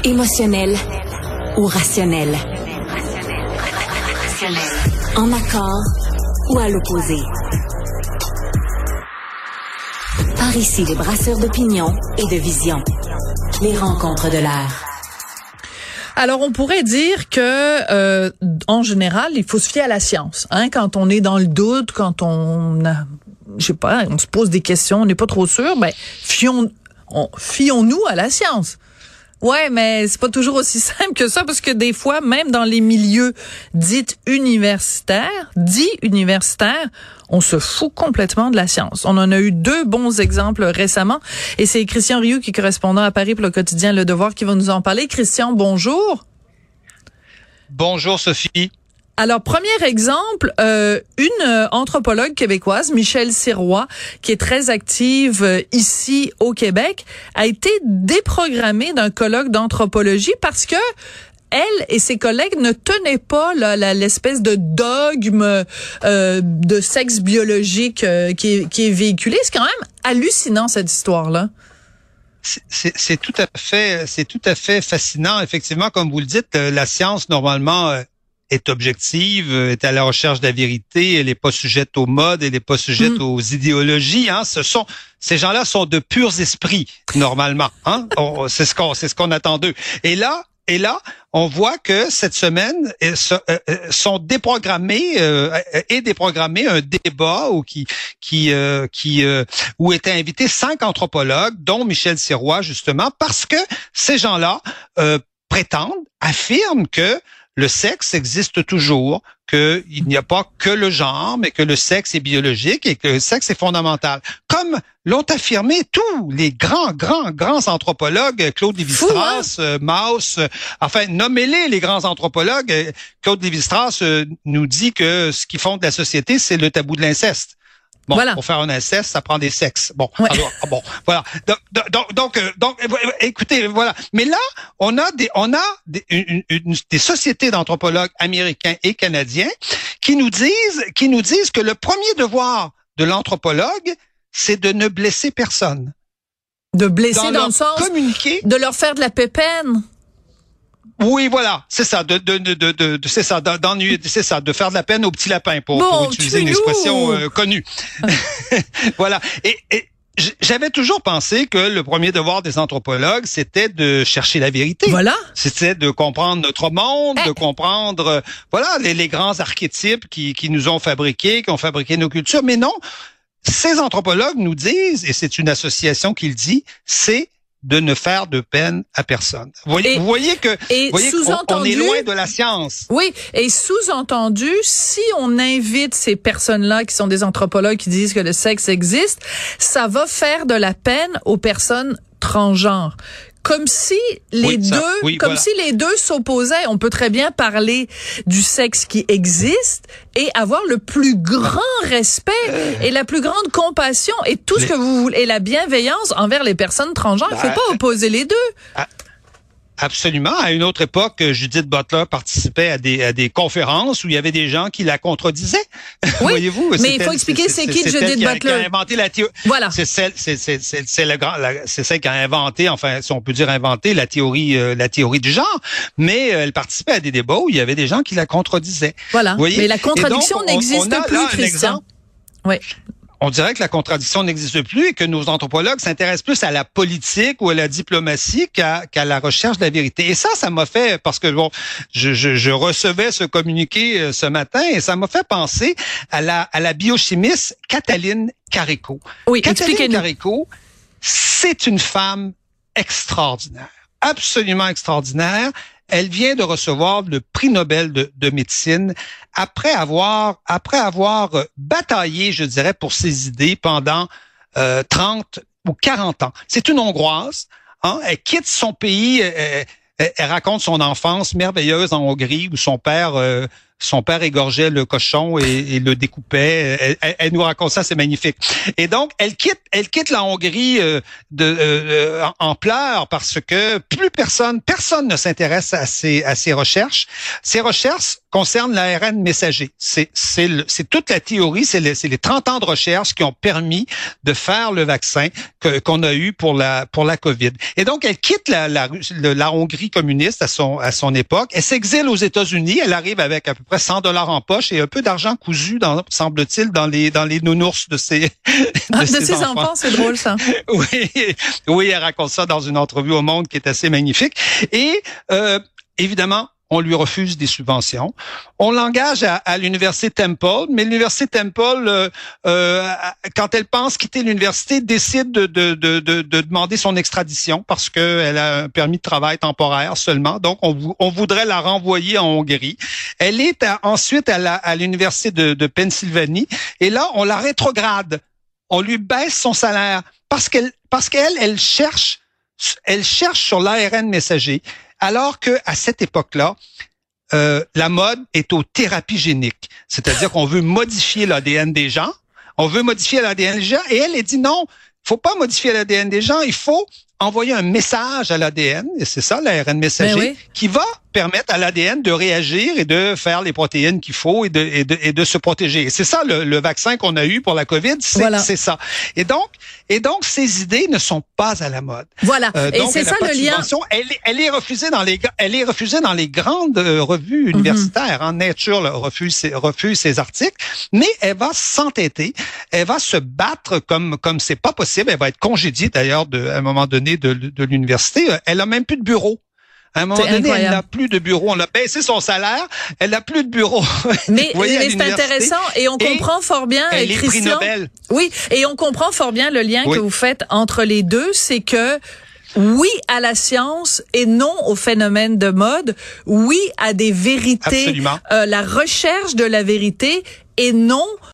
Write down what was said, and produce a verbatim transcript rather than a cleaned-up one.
Émotionnel ou rationnel? En accord ou à l'opposé? Par ici, les brasseurs d'opinion et de vision. Les rencontres de l'air. Alors, on pourrait dire que, euh, en général, il faut se fier à la science. Hein, quand on est dans le doute, quand on a, je sais pas, on se pose des questions, on n'est pas trop sûr, ben, fions, on, fions-nous à la science. Ouais, mais c'est pas toujours aussi simple que ça, parce que des fois, même dans les milieux dits universitaires, dits universitaires, on se fout complètement de la science. On en a eu deux bons exemples récemment, et c'est Christian Rioux, qui est correspondant à Paris pour le quotidien Le Devoir, qui va nous en parler. Christian, bonjour. Bonjour Sophie. Alors, premier exemple, euh, une euh, anthropologue québécoise, Michèle Sirois, qui est très active euh, ici au Québec, a été déprogrammée d'un colloque d'anthropologie parce que elle et ses collègues ne tenaient pas là, la, l'espèce de dogme euh, de sexe biologique euh, qui est, qui est véhiculé. C'est quand même hallucinant, cette histoire-là. C'est, c'est tout à fait, c'est tout à fait fascinant. Effectivement, comme vous le dites, la science, normalement, euh, est objective, est à la recherche de la vérité, elle n'est pas sujette aux modes, elle n'est pas sujette mmh. aux idéologies. Hein. Ce sont ces gens-là sont de purs esprits normalement. Hein. On, c'est ce qu'on c'est ce qu'on attend d'eux. Et là, et là, on voit que cette semaine sont déprogrammés euh, est déprogrammé un débat où qui qui euh, qui euh, où étaient invités cinq anthropologues, dont Michèle Sirois justement, parce que ces gens-là euh, prétendent, affirment que le sexe existe toujours, qu'il n'y a pas que le genre, mais que le sexe est biologique et que le sexe est fondamental. Comme l'ont affirmé tous les grands, grands, grands anthropologues, Claude Lévi-Strauss, hein? euh, Mauss, euh, enfin, nommez-les les grands anthropologues. Claude Lévi-Strauss euh, nous dit que ce qui fonde la société, c'est le tabou de l'inceste. Bon, voilà. Pour faire un inceste, ça prend des sexes. Bon, ouais. alors, bon, voilà. Donc, donc, donc, donc, écoutez, voilà. Mais là, on a des, on a des, une, une, des sociétés d'anthropologues américains et canadiens qui nous disent, qui nous disent que le premier devoir de l'anthropologue, c'est de ne blesser personne. De blesser dans, dans le sens communiquer, de leur faire de la pépène. Oui, voilà, c'est ça, de, de, de, de, de c'est ça, d'ennuyer, c'est ça, de faire de la peine au petit lapin, pour, bon, pour utiliser une expression euh, connue. Voilà. Et, et j'avais toujours pensé que le premier devoir des anthropologues, c'était de chercher la vérité. Voilà. C'était de comprendre notre monde, hey. de comprendre, euh, voilà, les, les grands archétypes qui, qui nous ont fabriqués, qui ont fabriqué nos cultures. Mais non, ces anthropologues nous disent, et c'est une association qui le dit, c'est de ne faire de peine à personne. Vous voyez, et, vous voyez que vous voyez qu'on on est loin de la science. Oui, et sous-entendu, si on invite ces personnes-là qui sont des anthropologues qui disent que le sexe existe, ça va faire de la peine aux personnes transgenres. Comme si les oui, ça, deux, oui, comme voilà. si les deux s'opposaient. On peut très bien parler du sexe qui existe et avoir le plus grand respect euh, et la plus grande compassion et tout les, ce que vous voulez et la bienveillance envers les personnes transgenres. Il bah, faut pas opposer les deux. Ah, absolument. À une autre époque, Judith Butler participait à des à des conférences où il y avait des gens qui la contredisaient. Oui, voyez-vous. Mais il faut expliquer c'est, c'est qui Judith qui a, Butler. Qui a inventé la théorie. Voilà. C'est celle, c'est c'est c'est c'est le grand, la, c'est celle qui a inventé, enfin, si on peut dire inventé la théorie, euh, la théorie du genre. Mais euh, elle participait à des débats où il y avait des gens qui la contredisaient. Voilà. Vous voyez? Mais la contradiction donc, n'existe on, on plus, Christian. Oui. On dirait que la contradiction n'existe plus et que nos anthropologues s'intéressent plus à la politique ou à la diplomatie qu'à, qu'à la recherche de la vérité. Et ça, ça m'a fait, parce que bon, je, je, je recevais ce communiqué ce matin et ça m'a fait penser à la, à la biochimiste Katalin Karikó. Oui, Katalin Karikó, c'est une femme extraordinaire, absolument extraordinaire. Elle vient de recevoir le prix Nobel de, de médecine après avoir après avoir bataillé, je dirais, pour ses idées pendant euh, trente ou quarante ans. C'est une Hongroise. Hein, elle quitte son pays. Elle, elle, elle raconte son enfance merveilleuse en Hongrie où son père euh, son père égorgeait le cochon et, et le découpait. Elle, elle, elle nous raconte ça, c'est magnifique. Et donc, elle quitte, elle quitte la Hongrie euh, de, euh, en, en pleurs parce que plus personne, personne ne s'intéresse à ses, à ses recherches. Ces recherches concerne l'A R N messager. C'est c'est le, c'est toute la théorie, c'est les, c'est les trente ans de recherche qui ont permis de faire le vaccin que, qu'on a eu pour la pour la COVID. Et donc elle quitte la la, la, la Hongrie communiste à son à son époque, elle s'exile aux États-Unis, elle arrive avec à peu près cent dollars en poche et un peu d'argent cousu dans semble-t-il dans les dans les nounours de ses de, ah, de ses, ses enfants. enfants, c'est drôle ça. Oui, oui, elle raconte ça dans une entrevue au Monde qui est assez magnifique. Et euh, évidemment, on lui refuse des subventions. On l'engage à, à l'université Temple, mais l'université Temple, euh, euh, quand elle pense quitter l'université, décide de, de, de, de, de demander son extradition parce qu'elle a un permis de travail temporaire seulement. Donc, on, on voudrait la renvoyer en Hongrie. Elle est à, ensuite à, la, à l'université de, de Pennsylvanie et là, on la rétrograde. On lui baisse son salaire parce qu'elle, parce qu'elle, elle cherche, elle cherche sur l'A R N messager. Alors que à cette époque-là, euh, la mode est aux thérapies géniques, c'est-à-dire qu'on veut modifier l'A D N des gens, on veut modifier l'A D N des gens, et elle, elle dit non, faut pas modifier l'A D N des gens, il faut envoyer un message à l'A D N, et c'est ça l'A R N messager, oui. qui va permettre à l'A D N de réagir et de faire les protéines qu'il faut et de, et de, et de se protéger. Et c'est ça le, le vaccin qu'on a eu pour la COVID, c'est, voilà. c'est ça. Et donc, et donc ces idées ne sont pas à la mode. Voilà. Euh, et donc, c'est ça le lien. Elle, elle est refusée dans les, elle est refusée dans les grandes revues universitaires. Mm-hmm. Hein. Nature là, refuse, refuse ses articles, mais elle va s'entêter, elle va se battre comme comme c'est pas possible. Elle va être congédiée d'ailleurs de, à un moment donné de, de l'université. Elle a même plus de bureau. À un moment c'est donné, incroyable. Elle n'a plus de bureau. On a baissé son salaire. Elle n'a plus de bureau. Mais, mais c'est intéressant et on et comprend fort bien. Elle Christian, est prix Nobel. Oui, et on comprend fort bien le lien oui. que vous faites entre les deux, c'est que oui à la science et non au phénomène de mode. Oui à des vérités. Absolument. Euh, la recherche de la vérité et non